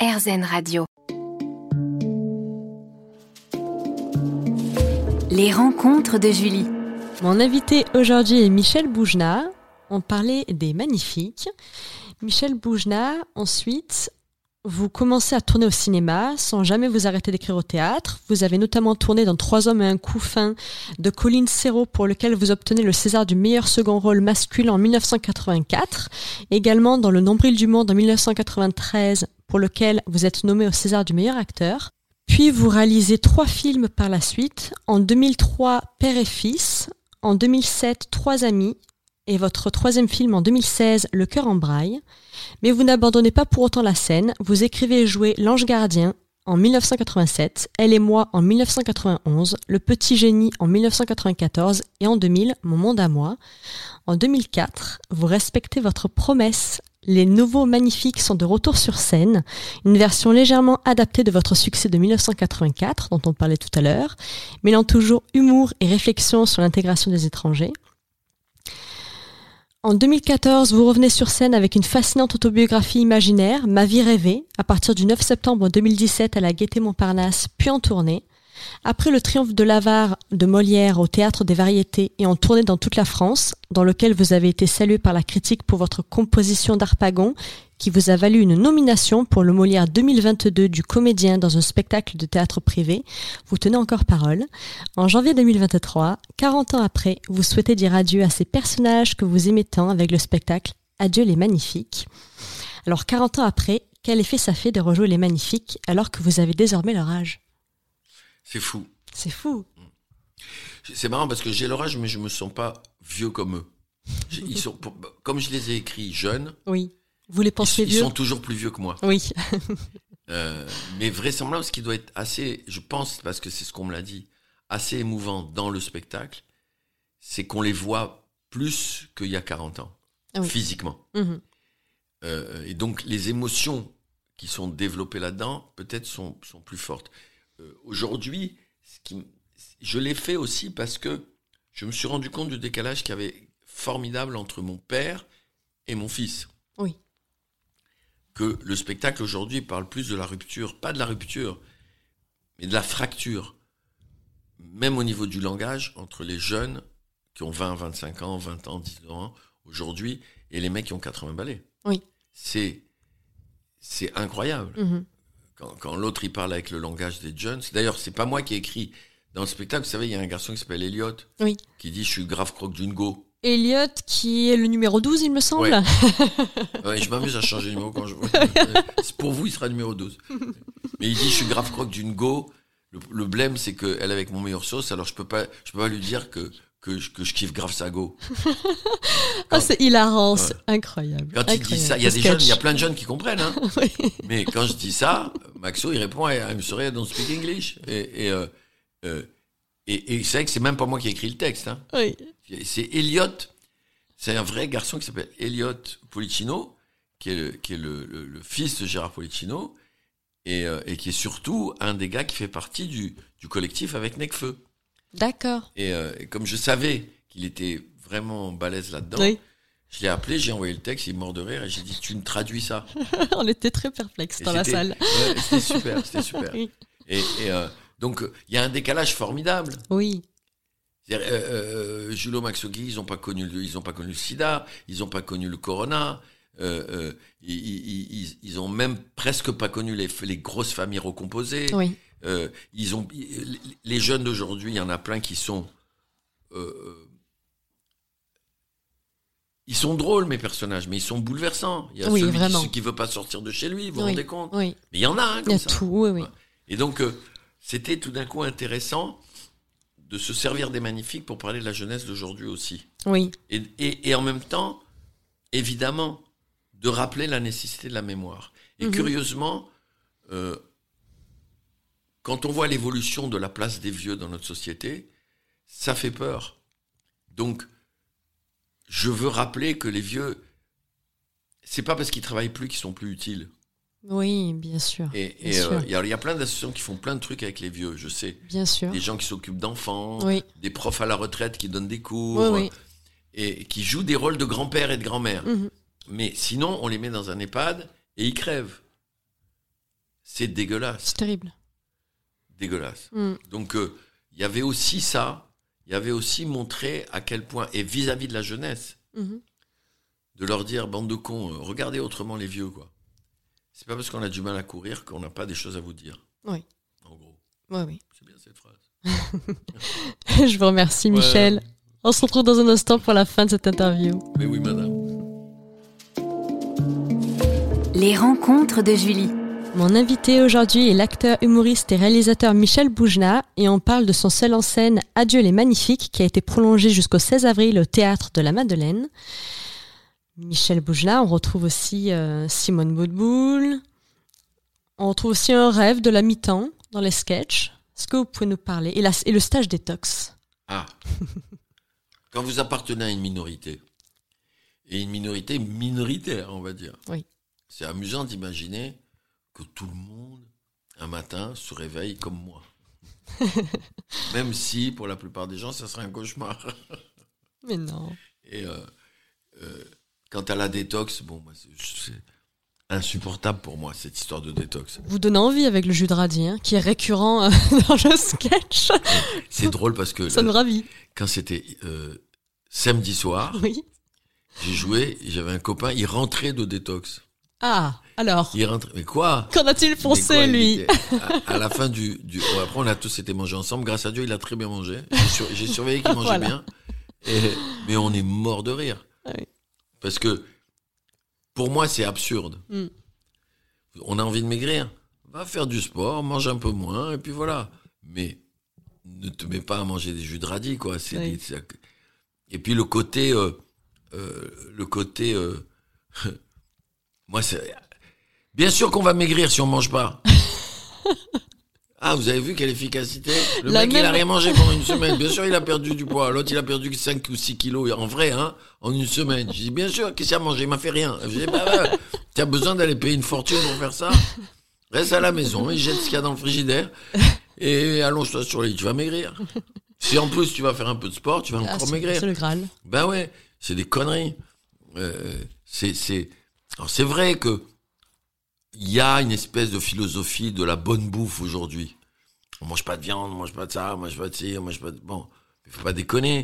RZN Radio. Les rencontres de Julie. Mon invité aujourd'hui est Michel Boujna. On parlait des magnifiques. Michel Boujna, ensuite, vous commencez à tourner au cinéma sans jamais vous arrêter d'écrire au théâtre. Vous avez notamment tourné dans 3 hommes et un couffin de Colline Serrault pour lequel vous obtenez le César du meilleur second rôle masculin en 1984. Également dans Le Nombril du Monde en 1993 pour lequel vous êtes nommé au César du meilleur acteur. Puis vous réalisez 3 films par la suite. En 2003, Père et Fils. En 2007, 3 amis. Et votre 3e film en 2016, Le cœur en braille. Mais vous n'abandonnez pas pour autant la scène. Vous écrivez et jouez L'Ange gardien en 1987, Elle et moi en 1991, Le petit génie en 1994 et en 2000, Mon monde à moi. En 2004, vous respectez votre promesse. Les Nouveaux Magnifiques sont de retour sur scène, une version légèrement adaptée de votre succès de 1984, dont on parlait tout à l'heure, mêlant toujours humour et réflexion sur l'intégration des étrangers. En 2014, vous revenez sur scène avec une fascinante autobiographie imaginaire, Ma vie rêvée, à partir du 9 septembre 2017 à la Gaîté Montparnasse, puis en tournée. Après le triomphe de l'Avare de Molière au Théâtre des Variétés et en tournée dans toute la France, dans lequel vous avez été salué par la critique pour votre composition d'Harpagon, qui vous a valu une nomination pour le Molière 2022 du comédien dans un spectacle de théâtre privé, vous tenez encore parole. En janvier 2023, 40 ans après, vous souhaitez dire adieu à ces personnages que vous aimez tant avec le spectacle Adieu les Magnifiques. Alors 40 ans après, quel effet ça fait de rejouer les Magnifiques alors que vous avez désormais leur âge ? C'est fou. C'est fou. C'est marrant parce que j'ai leur âge, mais je me sens pas vieux comme eux. Ils sont, comme je les ai écrits jeunes. Oui. Vous les pensez vieux ? Ils sont toujours plus vieux que moi. Oui. Mais vraisemblablement, ce qui doit être assez, je pense, parce que c'est ce qu'on me l'a dit, assez émouvant dans le spectacle, c'est qu'on les voit plus qu'il y a 40 ans, oui. Physiquement. Mmh. Et donc, les émotions qui sont développées là-dedans, peut-être sont plus fortes. Aujourd'hui, je l'ai fait aussi parce que je me suis rendu compte du décalage qu'il y avait formidable entre mon père et mon fils. Oui. Que le spectacle aujourd'hui parle plus de la rupture, pas de la rupture, mais de la fracture, même au niveau du langage, entre les jeunes qui ont 20, 25 ans, 20 ans, 10 ans aujourd'hui, et les mecs qui ont 80 balais. Oui. C'est incroyable. Mmh. Quand l'autre, il parle avec le langage des jeunes. D'ailleurs, c'est pas moi qui ai écrit. Dans le spectacle, vous savez, il y a un garçon qui s'appelle Elliot, oui. Qui dit « Je suis grave croque d'une go ». Elliot, qui est le numéro 12, il me semble. Ouais. Ouais, je m'amuse à changer de numéro quand je veux. Pour vous, il sera numéro 12. Mais il dit « Je suis grave croque d'une go ». Le blême, c'est qu'elle est avec mon meilleur sauce, alors je peux pas lui dire que je kiffe grave sa go. C'est hilarant, c'est incroyable. Quand il dit ça, il y a plein de jeunes qui comprennent, hein. Oui. Mais quand je dis ça, Maxo, il répond I'm sorry, I don't speak English. Et c'est vrai que c'est même pas moi qui ai écrit le texte, hein. Oui. C'est Elliot, c'est un vrai garçon qui s'appelle Elliot Policino, qui est le fils de Gérard Policino, et qui est surtout un des gars qui fait partie du collectif avec Necfeu. D'accord. Et comme je savais qu'il était vraiment balèze là-dedans, oui. Je l'ai appelé, j'ai envoyé le texte, il est mort de rire, et j'ai dit, tu me traduis ça. On était très perplexes dans la salle. Ouais, c'était super. Oui. Et donc, il y a un décalage formidable. Oui. Julot Maxogui, ils n'ont pas connu le sida, ils n'ont pas connu le corona, ils ont même presque pas connu les grosses familles recomposées. Oui. Les jeunes d'aujourd'hui, il y en a plein qui sont ils sont drôles, mes personnages, mais ils sont bouleversants. Il y a celui qui veut pas sortir de chez lui, vous vous rendez compte ? Oui. Mais il y en a un comme ça. Il y a tout, oui. Et donc, c'était tout d'un coup intéressant de se servir des Magnifiques pour parler de la jeunesse d'aujourd'hui aussi. Oui. Et en même temps, évidemment, de rappeler la nécessité de la mémoire. Et curieusement, quand on voit l'évolution de la place des vieux dans notre société, ça fait peur. Donc, je veux rappeler que les vieux, c'est pas parce qu'ils travaillent plus qu'ils sont plus utiles. Oui, bien sûr. Et il y a plein d'associations qui font plein de trucs avec les vieux, je sais. Bien sûr. Des gens qui s'occupent d'enfants, oui. Des profs à la retraite qui donnent des cours, oui. Et qui jouent des rôles de grand-père et de grand-mère. Mais sinon, on les met dans un EHPAD et ils crèvent. c'est dégueulasse. C'est terrible. Dégueulasse. Mm. Donc, il y avait aussi ça. Il y avait aussi montré à quel point, et vis-à-vis de la jeunesse, Mhm. de leur dire, bande de cons, regardez autrement les vieux, quoi. C'est pas parce qu'on a du mal à courir qu'on n'a pas des choses à vous dire. Oui. En gros. Oui. C'est bien cette phrase. Je vous remercie, Michel. On se retrouve dans un instant pour la fin de cette interview. Mais oui, madame. Les rencontres de Julie. Mon invité aujourd'hui est l'acteur, humoriste et réalisateur Michel Boujna et on parle de son seul en scène Adieu les Magnifiques qui a été prolongé jusqu'au 16 avril au Théâtre de la Madeleine. Michel Boujna, on retrouve aussi Simone Boutboul. On retrouve aussi un rêve de la mi-temps dans les sketchs. Est-ce que vous pouvez nous parler et le stage détox. Ah. Quand vous appartenez à une minorité, et une minorité minoritaire, on va dire. Oui. C'est amusant d'imaginer que tout le monde, un matin, se réveille comme moi. Même si, pour la plupart des gens, ça serait un cauchemar. Mais non. Et quant à la détox, bon, moi, c'est insupportable pour moi, cette histoire de détox. Vous donnez envie avec le jus de radis, hein, qui est récurrent dans le sketch. C'est drôle parce que Ça nous ravit. quand c'était samedi soir, Oui. j'ai joué, j'avais un copain, il rentrait de détox. Ah, alors, Il rentrait, mais quoi? qu'en a-t-il Mais pensé, quoi, il lui? était à la fin bon, après on a tous été mangés ensemble, grâce à Dieu il a très bien mangé, j'ai surveillé qu'il mangeait Voilà. bien, mais on est mort de rire, Oui. parce que pour moi c'est absurde. Mm. On a envie de maigrir, va faire du sport, mange un peu moins et puis voilà, mais ne te mets pas à manger des jus de radis, quoi. Oui. Et puis le côté moi c'est bien sûr qu'on va maigrir si on mange pas. Ah, vous avez vu quelle efficacité? Le mec, il a rien mangé pendant une semaine. Bien sûr, il a perdu du poids. L'autre, il a perdu 5 ou 6 kilos. En vrai, hein, en une semaine. J'ai dit, bien sûr, qu'est-ce qu'il a mangé? Il m'a fait rien. J'ai dit, bah, t'as besoin d'aller payer une fortune pour faire ça? Reste à la maison et jette ce qu'il y a dans le frigidaire. Et allonge-toi sur le lit. Tu vas maigrir. Si en plus, tu vas faire un peu de sport, tu vas encore maigrir. C'est le Graal. Ben ouais, c'est des conneries. Alors c'est vrai que il y a une espèce de philosophie de la bonne bouffe aujourd'hui. On mange pas de viande, on mange pas de ça, on mange pas de ci, on mange pas de... Bon, il faut pas déconner.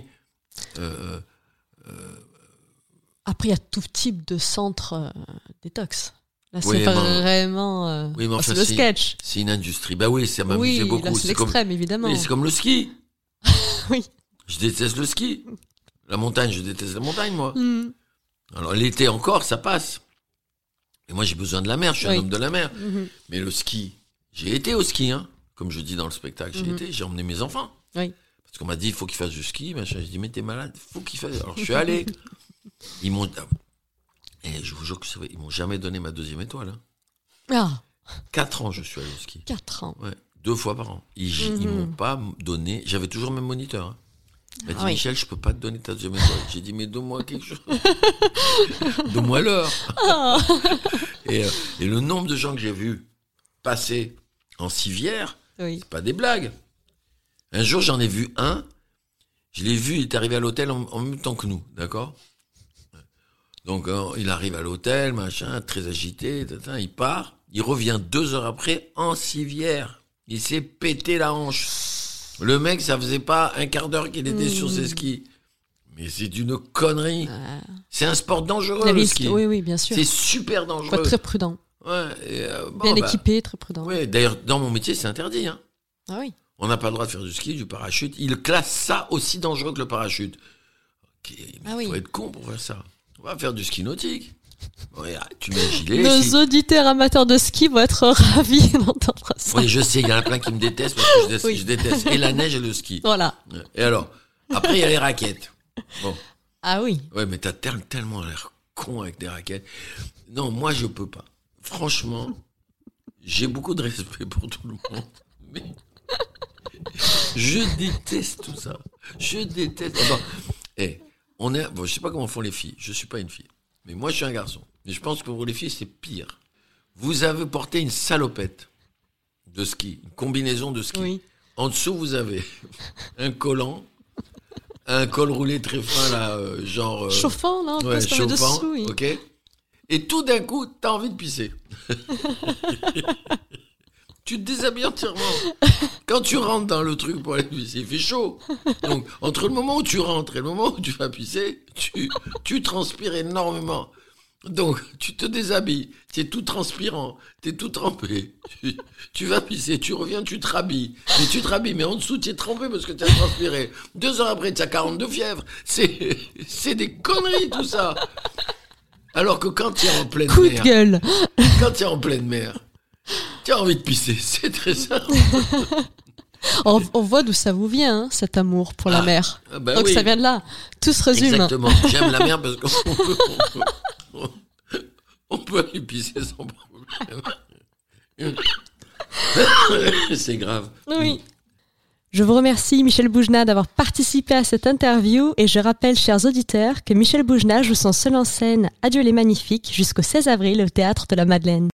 Après, il y a tout type de centre détox. Là, Oui, c'est mais vraiment... oui, mais enfin, c'est le sketch. C'est une industrie. Ben oui, ça m'amusait Oui, beaucoup. là, c'est l'extrême, évidemment. Oui, c'est comme le ski. Oui. Je déteste le ski. La montagne, je déteste la montagne, moi. Mm. Alors l'été encore, ça passe. Et moi, j'ai besoin de la mer, je suis un Oui. homme de la mer. Mhm. Mais le ski, j'ai été au ski, hein. Comme je dis dans le spectacle, j'ai emmené mes enfants. Oui. Parce qu'on m'a dit, il faut qu'ils fassent du ski. Machin. J'ai dit, mais t'es malade, il faut qu'ils fassent. Alors je suis allé. Ils m'ont... Et je vous jure que c'est vrai, ils m'ont jamais donné ma 2e étoile. Hein. Ah, 4 ans, je suis allé au ski. 4 ans. Ouais, 2 fois par an. Ils m'ont pas donné... J'avais toujours le même moniteur. Hein. Il m'a dit, Ah oui. Michel, je peux pas te donner ta 2e étoile. J'ai dit, mais donne-moi quelque chose. Donne-moi l'heure. Ah. Et le nombre de gens que j'ai vus passer en civière, Oui. c'est pas des blagues. Un jour, j'en ai vu un. Je l'ai vu, il est arrivé à l'hôtel en même temps que nous, d'accord? Donc, il arrive à l'hôtel, machin, très agité, il part. Il revient 2 heures après en civière. Il s'est pété la hanche. Le mec, ça faisait pas un quart d'heure qu'il était sur ses skis. Mais c'est une connerie. C'est un sport dangereux, La le risque, ski. oui, bien sûr. C'est super Faut dangereux. être très prudent. Ouais, et, Bien équipé, très prudent. Ouais, d'ailleurs, dans mon métier, c'est interdit. Hein. Ah oui. On n'a pas le droit de faire du ski, du parachute. Ils classent ça aussi dangereux que le parachute. Ah Il oui. faut être con pour faire ça. On va faire du ski nautique. Ouais, tu mets un gilet. Nos auditeurs amateurs de ski vont être ravis d'entendre ça. Oui, je sais, il y en a plein qui me détestent parce que Oui. je déteste et la neige et le ski. Voilà. Et alors, après, il y a les raquettes. Bon, Ah oui. ouais, mais t'as tellement l'air con avec des raquettes. Non, moi, je peux pas. Franchement, j'ai beaucoup de respect pour tout le monde, mais je déteste tout ça. Je déteste. Bon, je sais pas comment font les filles. Je suis pas une fille. Mais moi, je suis un garçon. Mais je pense que pour les filles, c'est pire. Vous avez porté une salopette de ski, une combinaison de ski. Oui. En dessous, vous avez un collant, un col roulé très fin, là, genre... Chauffant, là, ouais, parce qu'on met chauffant, dessous, oui. ok. Et tout d'un coup, t'as envie de pisser. déshabilles entièrement. Quand tu rentres dans le truc pour aller pisser, il fait chaud. Donc, entre le moment où tu rentres et le moment où tu vas pisser, tu transpires énormément. Donc, tu te déshabilles, tu es tout transpirant, tu es tout trempé. Tu vas pisser, tu reviens, tu te rhabilles. Mais tu te rhabilles, mais en dessous, tu es trempé parce que tu as transpiré. 2 heures après, tu as 42 fièvres. C'est des conneries, tout ça. Alors que quand tu es en pleine Coup mer... de gueule. Quand tu es en pleine mer, tu as envie de pisser, c'est très simple. On voit d'où ça vous vient, hein, cet amour pour la mer. Bah donc oui. ça vient de là. Tout se résume. Exactement. J'aime la mer parce qu'on peut aller pisser sans problème. C'est grave. Oui. Je vous remercie, Michel Boujna, d'avoir participé à cette interview et je rappelle, chers auditeurs, que Michel Boujna joue son seul en scène Adieu les Magnifiques jusqu'au 16 avril au Théâtre de la Madeleine.